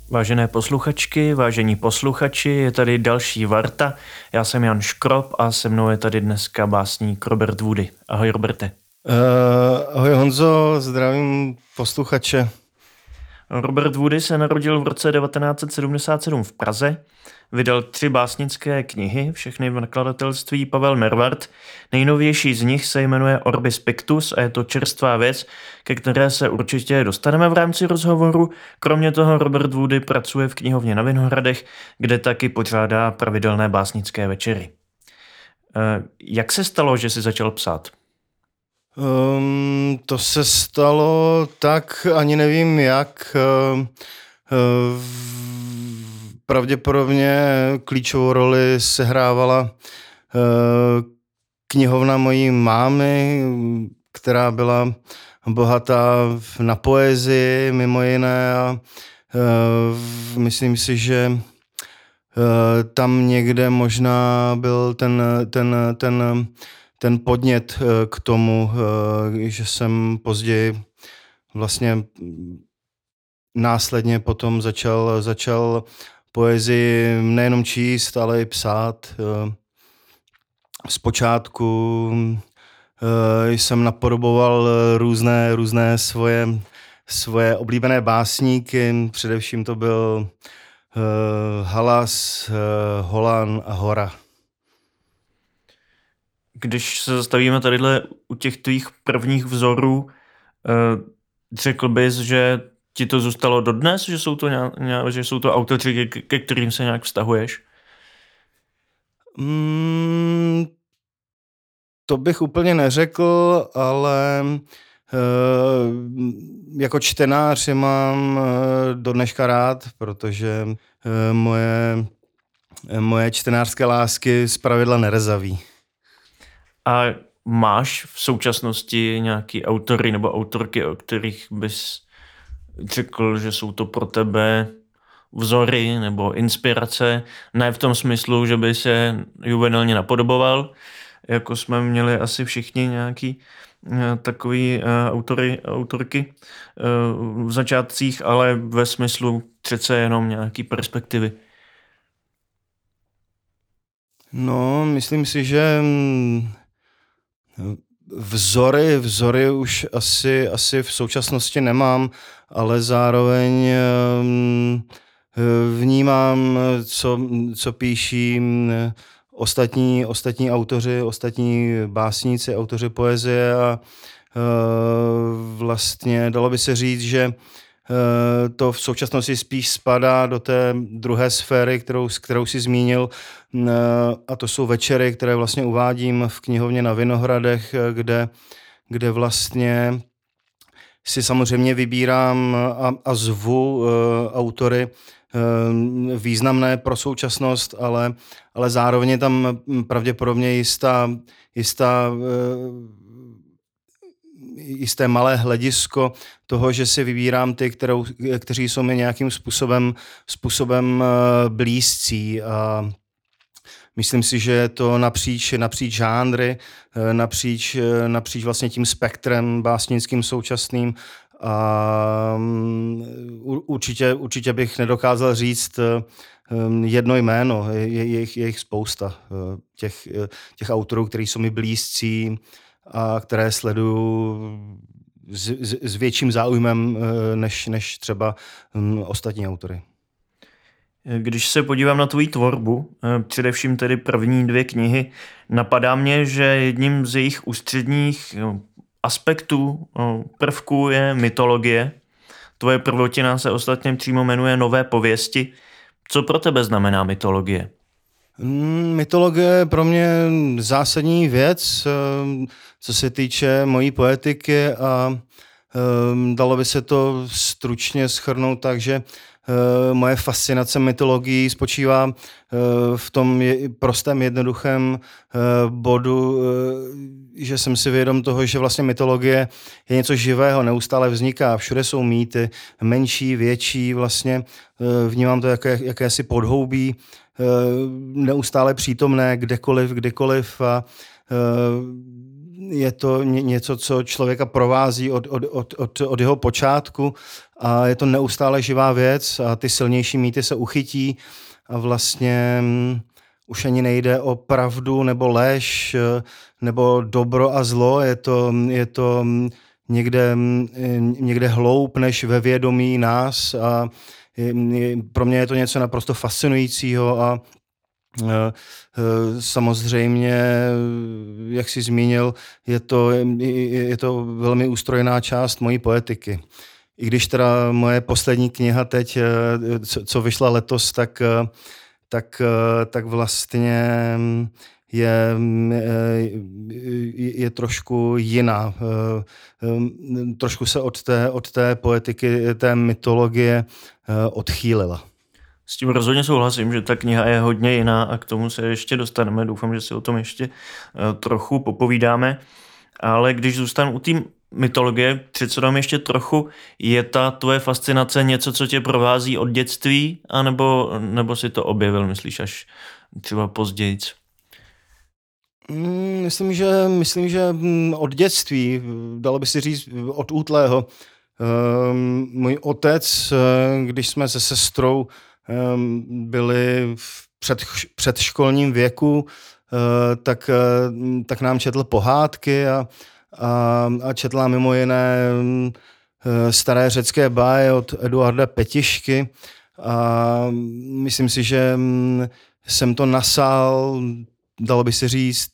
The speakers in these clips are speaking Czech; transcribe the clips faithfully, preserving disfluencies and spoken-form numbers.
Vážené posluchačky, vážení posluchači, je tady další Varta. Já jsem Jan Škrob a se mnou je tady dneska básník Robert Woody. Ahoj, Roberte. Uh, ahoj Honzo, zdravím posluchače. Robert Woody se narodil v roce devatenáct set sedmdesát sedm v Praze. Vydal tři básnické knihy, všechny v nakladatelství Pavel Nervart. Nejnovější z nich se jmenuje Orbis Pictus a je to čerstvá věc, ke které se určitě dostaneme v rámci rozhovoru. Kromě toho Robert Woody pracuje v knihovně na Vinohradech, kde taky pořádá pravidelné básnické večery. Jak se stalo, že jsi začal psát? Um, to se stalo tak, ani nevím jak. Uh, uh, pravděpodobně klíčovou roli sehrávala uh, knihovna mojí mámy, která byla bohatá na poezii mimo jiné a uh, myslím si, že uh, tam někde možná byl ten, ten, ten ten podnět k tomu, že jsem později vlastně následně potom začal, začal poezii nejenom číst, ale i psát. Zpočátku jsem napodoboval různé, různé svoje, svoje oblíbené básníky, především to byl Halas, Holan a Hora. Když se zastavíme tadyhle u těch tvých prvních vzorů, řekl bys, že ti to zůstalo dodnes, že jsou to, nějak, že jsou to autoři, ke, ke kterým se nějak vztahuješ? Mm, to bych úplně neřekl, ale uh, jako čtenář je mám uh, do dneška rád, protože uh, moje, moje čtenářské lásky zpravidla nerezaví. A máš v současnosti nějaký autory nebo autorky, o kterých bys řekl, že jsou to pro tebe vzory nebo inspirace? Ne v tom smyslu, že by se juvenilně napodoboval, jako jsme měli asi všichni nějaký takový uh, autory, autorky uh, v začátcích, ale ve smyslu přece jenom nějaký perspektivy. No, myslím si, že Vzory, vzory už asi, asi v současnosti nemám, ale zároveň vnímám, co, co píší ostatní, ostatní autoři, ostatní básníci, autoři poezie a vlastně dalo by se říct, že to v současnosti spíš spadá do té druhé sféry, kterou, kterou si zmínil, a to jsou večery, které vlastně uvádím v knihovně na Vinohradech, kde, kde vlastně si samozřejmě vybírám a, a zvu uh, autory uh, významné pro současnost, ale, ale zároveň je tam pravděpodobně jistá, jistá uh, jisté malé hledisko toho, že si vybírám ty, kterou, kteří jsou mi nějakým způsobem, způsobem blízcí. A myslím si, že je to napříč, napříč žánry, napříč, napříč vlastně tím spektrem básnickým současným. A určitě, určitě bych nedokázal říct jedno jméno, je, je, je jich spousta těch, těch autorů, kteří jsou mi blízcí a které sleduju s, s, s větším záujmem než, než třeba ostatní autory. Když se podívám na tvou tvorbu, především tedy první dvě knihy, napadá mě, že jedním z jejich ústředních aspektů, prvků je mytologie. Tvoje prvotina se ostatně přímo jmenuje Nové pověsti. Co pro tebe znamená mytologie? Mytologie je pro mě zásadní věc, co se týče mojí poetiky a dalo by se to stručně shrnout tak, že moje fascinace mytologií spočívá v tom prostém jednoduchém bodu, že jsem si vědom toho, že vlastně mytologie je něco živého, neustále vzniká, všude jsou mýty, menší, větší, vlastně vnímám to jako jakési podhoubí, neustále přítomné kdekoliv, kdekoliv a je to něco, co člověka provází od, od, od, od, od jeho počátku a je to neustále živá věc a ty silnější mýty se uchytí a vlastně už ani nejde o pravdu nebo lež nebo dobro a zlo, je to, je to někde, někde hloub než ve vědomí nás a pro mě je to něco naprosto fascinujícího a samozřejmě, jak jsi zmínil, je to, je to velmi ústrojná část mojí poetiky. I když teda moje poslední kniha teď, co vyšla letos, tak, tak, tak vlastně je, je trošku jiná. Trošku se od té, od té poetiky, té mytologie odchýlila. S tím rozhodně souhlasím, že ta kniha je hodně jiná a k tomu se ještě dostaneme. Doufám, že si o tom ještě trochu popovídáme. Ale když zůstanu u té mytologie, přece tam ještě trochu, je ta tvoje fascinace něco, co tě provází od dětství, anebo, nebo si to objevil, myslíš, až třeba později? Myslím, že, myslím, že od dětství, dalo by si říct od útlého. Můj otec, když jsme se sestrou byli v před, předškolním věku, tak, tak nám četl pohádky a, a, a četla mimo jiné staré řecké báje od Eduarda Petišky a myslím si, že jsem to nasál, dalo by se říct,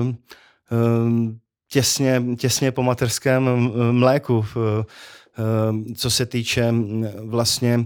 těsně, těsně po mateřském mléku, co se týče vlastně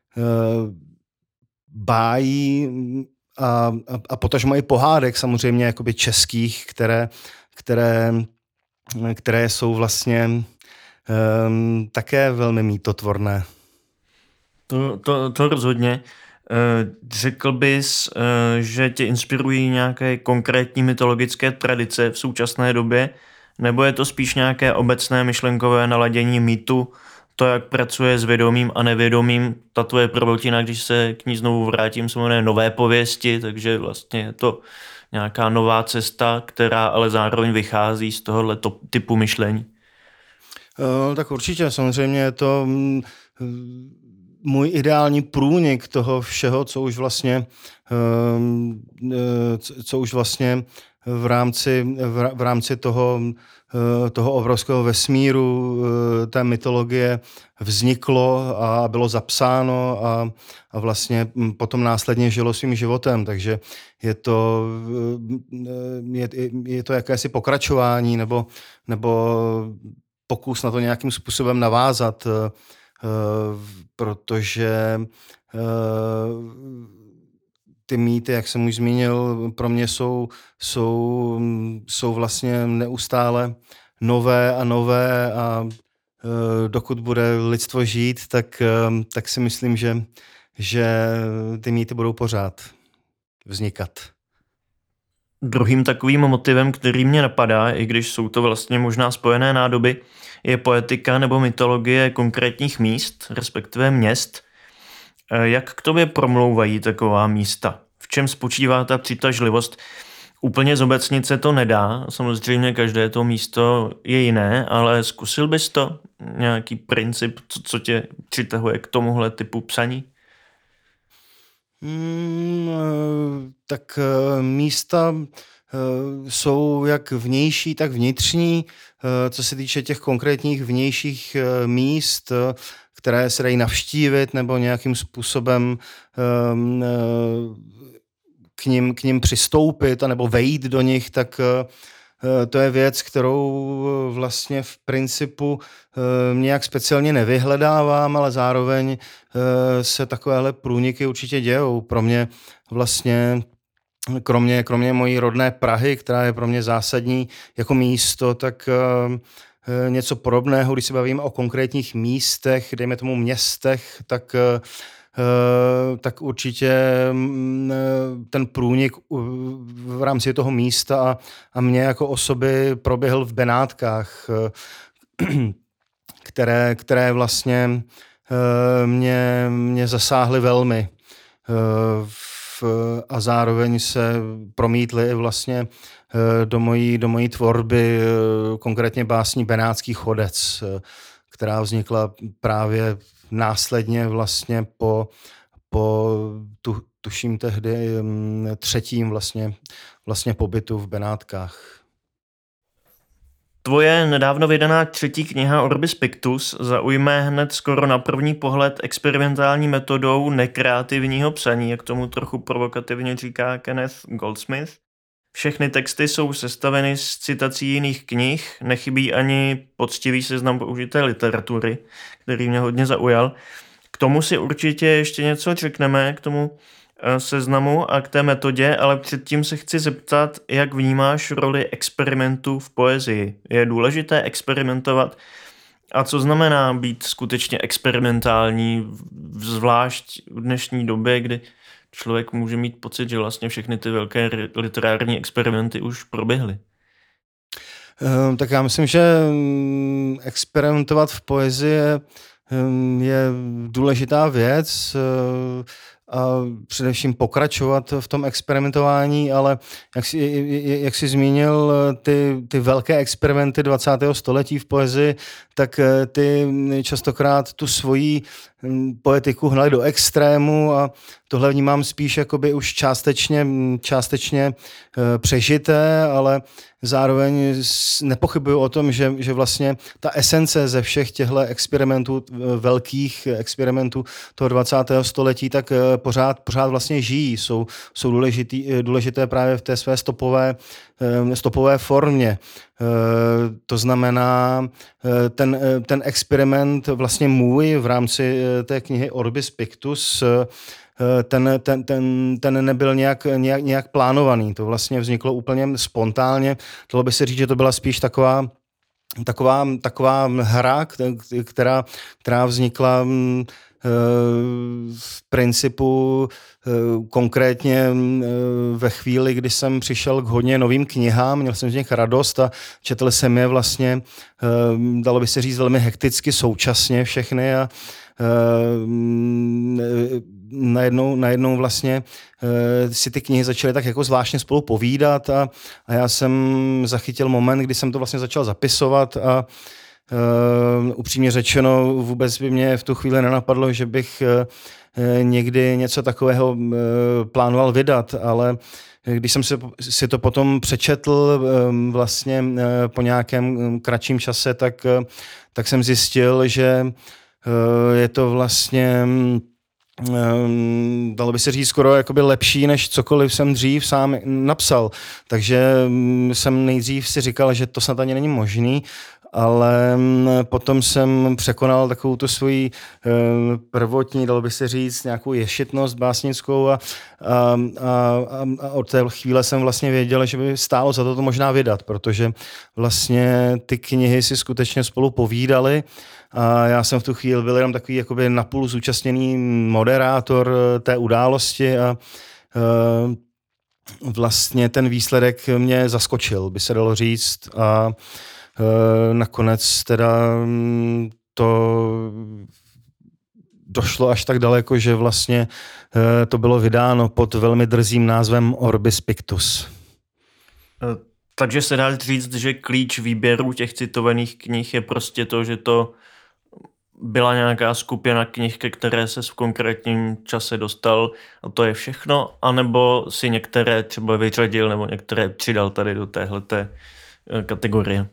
bájí a, a, a potažmo i pohádek samozřejmě jakoby českých, které, které, které jsou vlastně um, také velmi mýtotvorné. To, to, to rozhodně. Řekl bys, že tě inspirují nějaké konkrétní mytologické tradice v současné době, nebo je to spíš nějaké obecné myšlenkové naladění mýtu, to, jak pracuje s vědomím a nevědomím, ta tvoje prvotina, když se k ní znovu vrátím, se jmenuje Nové pověsti, takže vlastně je to nějaká nová cesta, která ale zároveň vychází z tohohle typu myšlení. Uh, tak určitě, samozřejmě je to um, můj ideální průnik toho všeho, co už vlastně, um, co, co už vlastně v rámci, v, v rámci toho, toho obrovského vesmíru té mytologie vzniklo a bylo zapsáno a, a vlastně potom následně žilo svým životem, takže je to, je, je to jakési pokračování nebo, nebo pokus na to nějakým způsobem navázat, protože ty mýty, jak jsem už zmínil, pro mě jsou, jsou, jsou vlastně neustále nové a nové a e, dokud bude lidstvo žít, tak, e, tak si myslím, že, že ty mýty budou pořád vznikat. Druhým takovým motivem, který mě napadá, i když jsou to vlastně možná spojené nádoby, je poetika nebo mytologie konkrétních míst, respektive měst. Jak k tobě promlouvají taková místa? V čem spočívá ta přitažlivost? Úplně zobecnit se to nedá, samozřejmě každé to místo je jiné, ale zkusil bys to? Nějaký princip, co, co tě přitahuje k tomuhle typu psaní? Hmm, tak místa jsou jak vnější, tak vnitřní. Co se týče těch konkrétních vnějších míst, které se dají navštívit nebo nějakým způsobem k nim, k nim přistoupit anebo vejít do nich, tak to je věc, kterou vlastně v principu nějak speciálně nevyhledávám, ale zároveň se takovéhle průniky určitě dějou. Pro mě vlastně kromě, kromě mojí rodné Prahy, která je pro mě zásadní jako místo, tak něco podobného, když se bavím o konkrétních místech, dejme tomu městech, tak, tak určitě ten průnik v rámci toho místa a, a mě jako osoby proběhl v Benátkách, které, které vlastně mě, mě zasáhly velmi. V, a zároveň se promítly vlastně do mojí, do mojí tvorby, konkrétně básní Benátský chodec, která vznikla právě následně vlastně po, po tu, tuším tehdy třetím vlastně, vlastně pobytu v Benátkách. Tvoje nedávno vydaná třetí kniha Orbis Pictus zaujme hned skoro na první pohled experimentální metodou nekreativního psaní, jak tomu trochu provokativně říká Kenneth Goldsmith. Všechny texty jsou sestaveny z citací jiných knih, nechybí ani poctivý seznam použité literatury, který mě hodně zaujal. K tomu si určitě ještě něco řekneme, k tomu seznamu a k té metodě, ale předtím se chci zeptat, jak vnímáš roli experimentu v poezii. Je důležité experimentovat a co znamená být skutečně experimentální, zvlášť v dnešní době, kdy člověk může mít pocit, že vlastně všechny ty velké literární experimenty už proběhly? Tak já myslím, že experimentovat v poezii je důležitá věc a především pokračovat v tom experimentování, ale jak jsi, jak jsi zmínil ty, ty velké experimenty dvacátého století v poezii, tak ty častokrát tu svoji poetiku hnali do extrému a tohle vnímám spíš jakoby už částečně, částečně přežité, ale zároveň nepochybuju o tom, že, že vlastně ta esence ze všech těchto experimentů, velkých experimentů toho dvacátého století, tak pořád, pořád vlastně žijí, jsou, jsou důležitý, důležité právě v té své stopové, stopové formě. To znamená, ten, ten experiment vlastně můj v rámci té knihy Orbis Pictus, ten, ten, ten, ten nebyl nějak, nějak, nějak plánovaný. To vlastně vzniklo úplně spontánně. Dalo by se říct, že to byla spíš taková, taková, taková hra, která, která vznikla v principu konkrétně ve chvíli, kdy jsem přišel k hodně novým knihám, měl jsem z nich radost a četl jsem je vlastně, dalo by se říct, velmi hekticky současně všechny a najednou, najednou vlastně si ty knihy začaly tak jako zvláštně spolu povídat a, a já jsem zachytil moment, kdy jsem to vlastně začal zapisovat a Uh, upřímně řečeno, vůbec by mě v tu chvíli nenapadlo, že bych uh, někdy něco takového uh, plánoval vydat, ale když jsem si, si to potom přečetl um, vlastně uh, po nějakém um, kratším čase, tak, uh, tak jsem zjistil, že uh, je to vlastně um, dalo by se říct skoro jakoby lepší, než cokoliv jsem dřív sám napsal. Takže um, jsem nejdřív si říkal, že to snad ani není možný, ale potom jsem překonal takovou tu svoji prvotní, dalo by se říct, nějakou ješitnost básnickou a, a, a, a od té chvíle jsem vlastně věděl, že by stálo za to to možná vydat, protože vlastně ty knihy si skutečně spolu povídaly a já jsem v tu chvíli byl jenom takový jakoby napůl zúčastněný moderátor té události a vlastně ten výsledek mě zaskočil, by se dalo říct a nakonec teda to došlo až tak daleko, že vlastně to bylo vydáno pod velmi drzým názvem Orbis Pictus. Takže se dá říct, že klíč výběru těch citovaných knih je prostě to, že to byla nějaká skupina knih, ke které se v konkrétním čase dostal a to je všechno, anebo si některé třeba vyřadil nebo některé přidal tady do téhleté kategorie?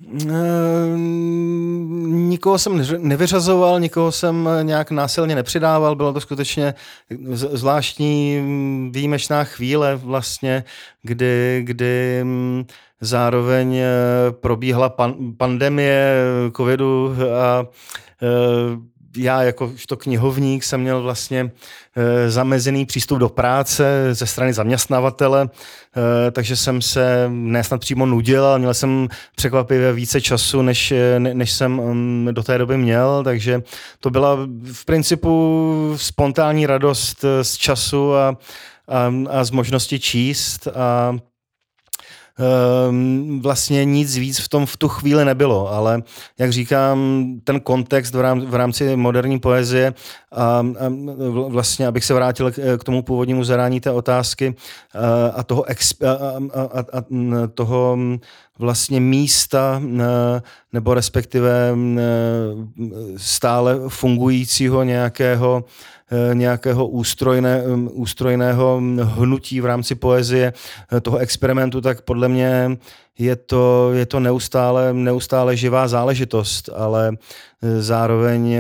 Nikoho jsem nevyřazoval, nikoho jsem nějak násilně nepřidával, bylo to skutečně zvláštní výjimečná chvíle vlastně, kdy, kdy zároveň probíhala pan, pandemie covidu a já jakožto knihovník jsem měl vlastně zamezený přístup do práce ze strany zaměstnavatele, takže jsem se nesnad přímo nudil, ale měl jsem překvapivě více času, než, než jsem do té doby měl, takže to byla v principu spontánní radost z času a, a, a z možnosti číst a vlastně nic víc v tom v tu chvíli nebylo, ale jak říkám, ten kontext v rámci, v rámci moderní poezie a, a vlastně, abych se vrátil k, k tomu původnímu zadání té otázky a, a toho, exp, a, a, a, a toho vlastně místa nebo respektive stále fungujícího nějakého nějakého ústrojné, ústrojného hnutí v rámci poezie, toho experimentu, tak podle mě je to, je to neustále, neustále živá záležitost, ale zároveň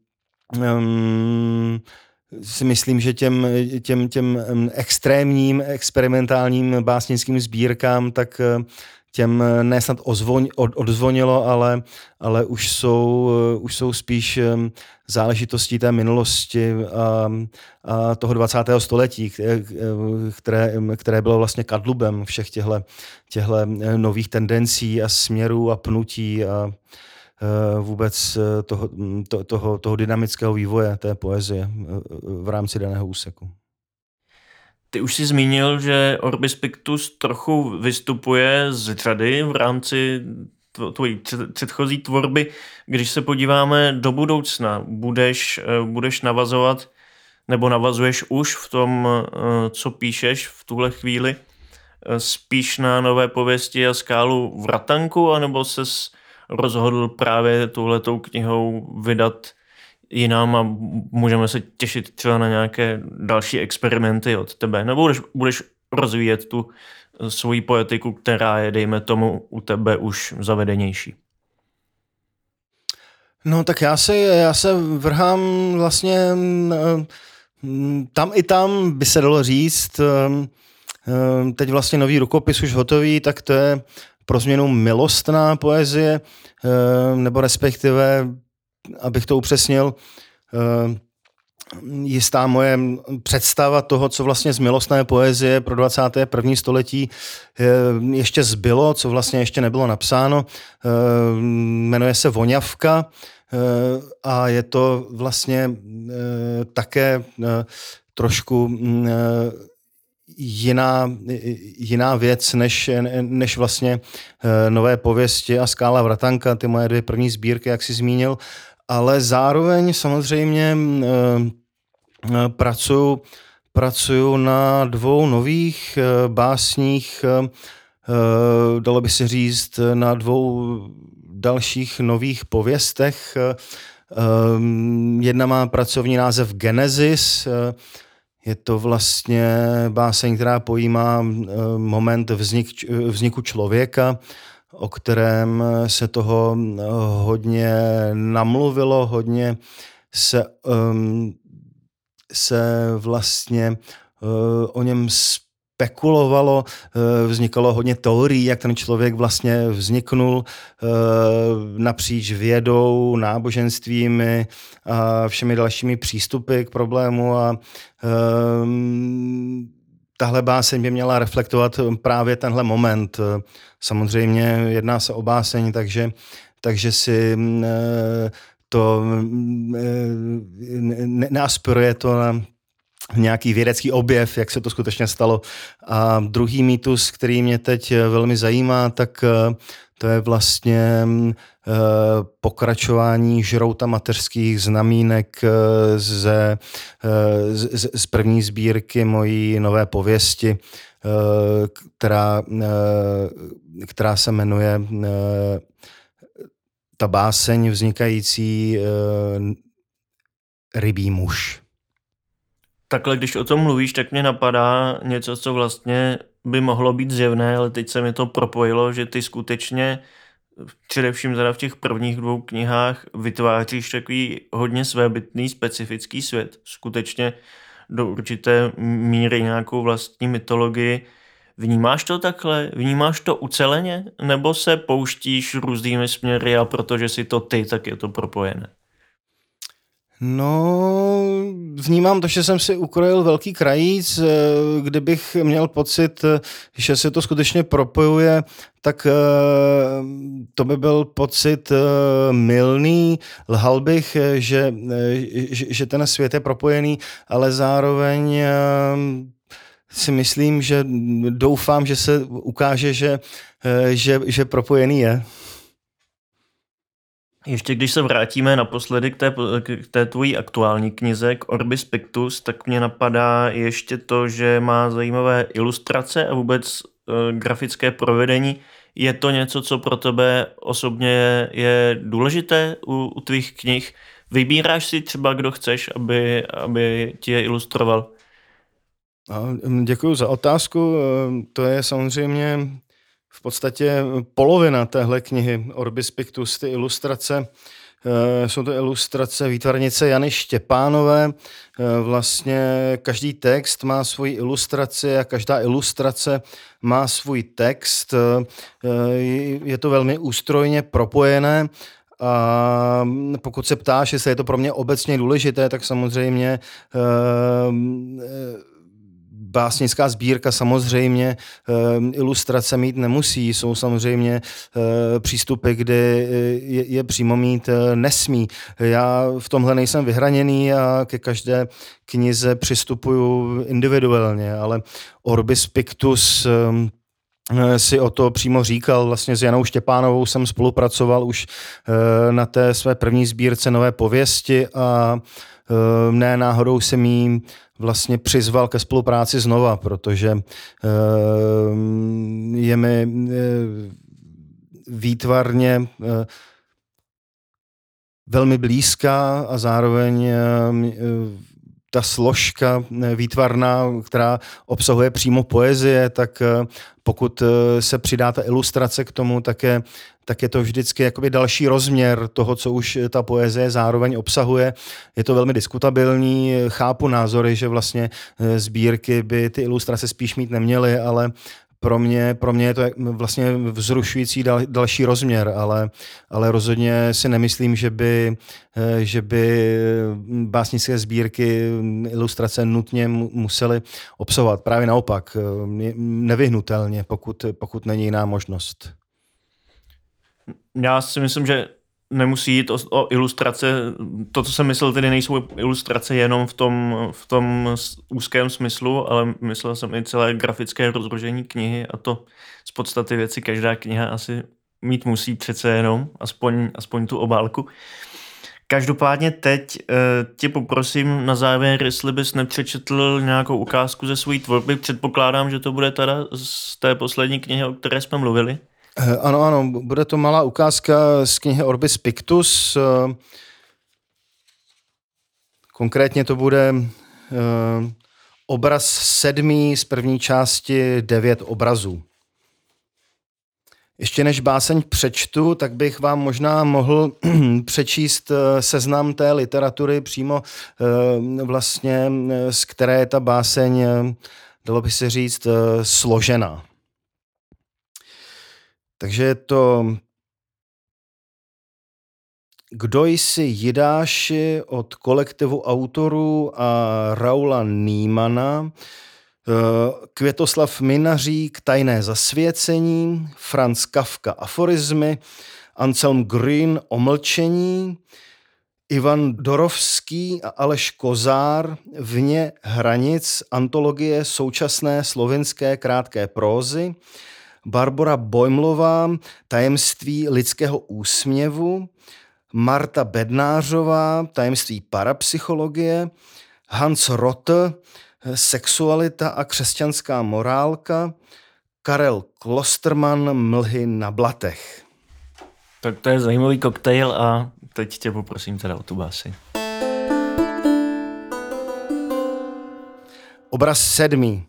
um, si myslím, že těm, těm, těm extrémním experimentálním básnickým sbírkám tak těm ne snad ozvoň, od, odzvonilo, ale, ale už, jsou, už jsou spíš záležitostí té minulosti a, a toho dvacátého století, které, které bylo vlastně kadlubem všech těchto nových tendencí a směrů a pnutí a vůbec toho, to, toho, toho dynamického vývoje té poezie v rámci daného úseku. Ty už jsi zmínil, že Orbis Pictus trochu vystupuje z řady v rámci tvojí předchozí tvorby. Když se podíváme do budoucna, budeš, budeš navazovat nebo navazuješ už v tom, co píšeš v tuhle chvíli, spíš na nové pověsti a skálu Vratanku, anebo ses rozhodl právě touhletou knihou vydat jinam a můžeme se těšit třeba na nějaké další experimenty od tebe? Nebo budeš, budeš rozvíjet tu svoji poetiku, která je, dejme tomu, u tebe už zavedenější? No tak já se, já se vrhám vlastně tam i tam, by se dalo říct. Teď vlastně nový rukopis už hotový, tak to je pro změnu milostná poezie, nebo respektive, abych to upřesnil, jistá moje představa toho, co vlastně z milostné poezie pro dvacáté první století ještě zbylo, co vlastně ještě nebylo napsáno. Jmenuje se Voňavka a je to vlastně také trošku jiná, jiná věc než, než vlastně nové pověsti a skála Vratanka, ty moje dvě první sbírky, jak jsi zmínil, ale zároveň samozřejmě pracuju, pracuju na dvou nových básních, dalo by se říct na dvou dalších nových pověstech. Jedna má pracovní název Genesis. Je to vlastně báseň, která pojímá moment vznik, vzniku člověka, o kterém se toho hodně namluvilo, hodně se, um, se vlastně uh, o něm spekulovalo, uh, vznikalo hodně teorií, jak ten člověk vlastně vzniknul uh, napříč vědou, náboženstvími a všemi dalšími přístupy k problému a um, tahle báseň by měla reflektovat právě tenhle moment. Samozřejmě jedná se o báseň, takže, takže si to neaspiruje to na nějaký vědecký objev, jak se to skutečně stalo. A druhý mýtus, který mě teď velmi zajímá, tak to je vlastně pokračování žrouta mateřských znamínek ze, z, z první sbírky mojí nové pověsti, která, která se jmenuje ta báseň vznikající Rybí muž. Takhle, když o tom mluvíš, tak mě napadá něco, co vlastně by mohlo být zjevné, ale teď se mi to propojilo, že ty skutečně především teda v těch prvních dvou knihách vytváříš takový hodně svébytný, specifický svět. Skutečně do určité míry nějakou vlastní mytologii. Vnímáš to takhle? Vnímáš to uceleně? Nebo se pouštíš různými směry a protože si to ty, tak je to propojené? No, vnímám to, že jsem si ukrojil velký krajíc, kdybych měl pocit, že se to skutečně propojuje, tak to by byl pocit mylný. Lhal bych, že, že ten svět je propojený, ale zároveň si myslím, že doufám, že se ukáže, že, že, že propojený je. Ještě když se vrátíme naposledy k té, k té tvojí aktuální knize, k Orbis Pictus, tak mě napadá ještě to, že má zajímavé ilustrace a vůbec e, grafické provedení. Je to něco, co pro tebe osobně je, je důležité u, u tvých knih? Vybíráš si třeba, kdo chceš, aby, aby ti je ilustroval? Děkuji za otázku. To je samozřejmě v podstatě polovina téhle knihy Orbis Pictus, ty ilustrace. Jsou to ilustrace výtvarnice Jany Štěpánové. Vlastně každý text má svoji ilustraci a každá ilustrace má svůj text. Je to velmi ústrojně propojené. A pokud se ptáš, jestli je to pro mě obecně důležité, tak samozřejmě básnická sbírka samozřejmě ilustrace mít nemusí. Jsou samozřejmě přístupy, kdy je, je přímo mít nesmí. Já v tomhle nejsem vyhraněný a ke každé knize přistupuju individuálně, ale Orbis Pictus si o to přímo říkal. Vlastně s Janou Štěpánovou jsem spolupracoval už na té své první sbírce Nové pověsti a ne náhodou jsem jí vlastně přizval ke spolupráci znova, protože je mi výtvarně velmi blízká a zároveň ta složka výtvarná, která obsahuje přímo poezie, tak pokud se přidá ta ilustrace k tomu, tak je, tak je to vždycky jakoby další rozměr toho, co už ta poezie zároveň obsahuje. Je to velmi diskutabilní, chápu názory, že vlastně sbírky by ty ilustrace spíš mít neměly, ale pro mě, pro mě je to vlastně vzrušující dal, další rozměr, ale, ale rozhodně si nemyslím, že by, že by básnické sbírky ilustrace nutně musely obsahovat. Právě naopak, nevyhnutelně, pokud, pokud není jiná možnost. Já si myslím, že nemusí jít o, o ilustrace. To, co jsem myslel, tedy nejsou ilustrace jenom v tom, v tom úzkém smyslu, ale myslel jsem i celé grafické rozložení knihy a to z podstaty věci každá kniha asi mít musí přece jenom, aspoň, aspoň tu obálku. Každopádně teď e, tě poprosím na závěr, jestli bys nepřečetl nějakou ukázku ze své tvorby. Předpokládám, že to bude teda z té poslední knihy, o které jsme mluvili. Ano, ano, bude to malá ukázka z knihy Orbis Pictus. Konkrétně to bude obraz sedmý z první části devět obrazů. Ještě než báseň přečtu, tak bych vám možná mohl přečíst seznam té literatury přímo vlastně, z které je ta báseň, dalo by se říct, složena. Takže je to Kdo jsi Jidáši od kolektivu autorů a Raula Niemana, Květoslav Minařík Tajné zasvěcení, Franz Kafka Aforizmy, Anselm Grün Omlčení, Ivan Dorovský a Aleš Kozár Vně hranic, antologie současné slovinské krátké prózy, Barbora Bojmlová Tajemství lidského úsměvu, Marta Bednářová Tajemství parapsychologie, Hans Rotte Sexualita a křesťanská morálka, Karel Klosterman Mlhy na blatech. Tak to je zajímavý koktejl a teď tě poprosím teda o tu bási. Obraz sedmý.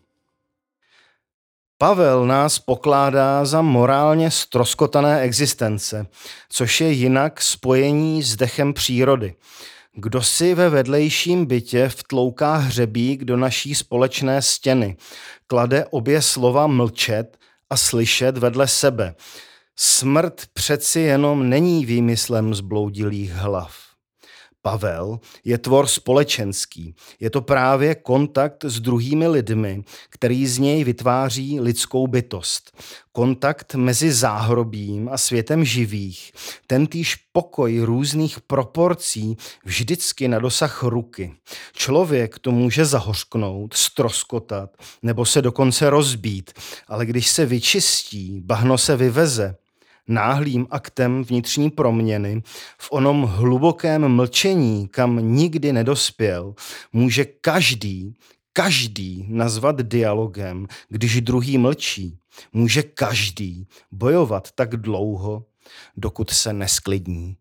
Pavel nás pokládá za morálně ztroskotané existence, což je jinak spojení s dechem přírody. Kdo si ve vedlejším bytě vtlouká hřebík do naší společné stěny, klade obě slova mlčet a slyšet vedle sebe. Smrt přeci jenom není výmyslem zbloudilých hlav. Pavel je tvor společenský. Je to právě kontakt s druhými lidmi, který z něj vytváří lidskou bytost. Kontakt mezi záhrobím a světem živých. Tentýž pokoj různých proporcí vždycky na dosah ruky. Člověk to může zahořknout, stroskotat nebo se dokonce rozbít, ale když se vyčistí, bahno se vyveze. Náhlým aktem vnitřní proměny, v onom hlubokém mlčení, kam nikdy nedospěl, může každý, každý nazvat dialogem, když druhý mlčí. Může každý bojovat tak dlouho, dokud se nesklidní.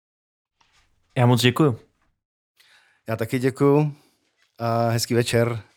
Já moc děkuju. Já taky děkuju a hezký večer.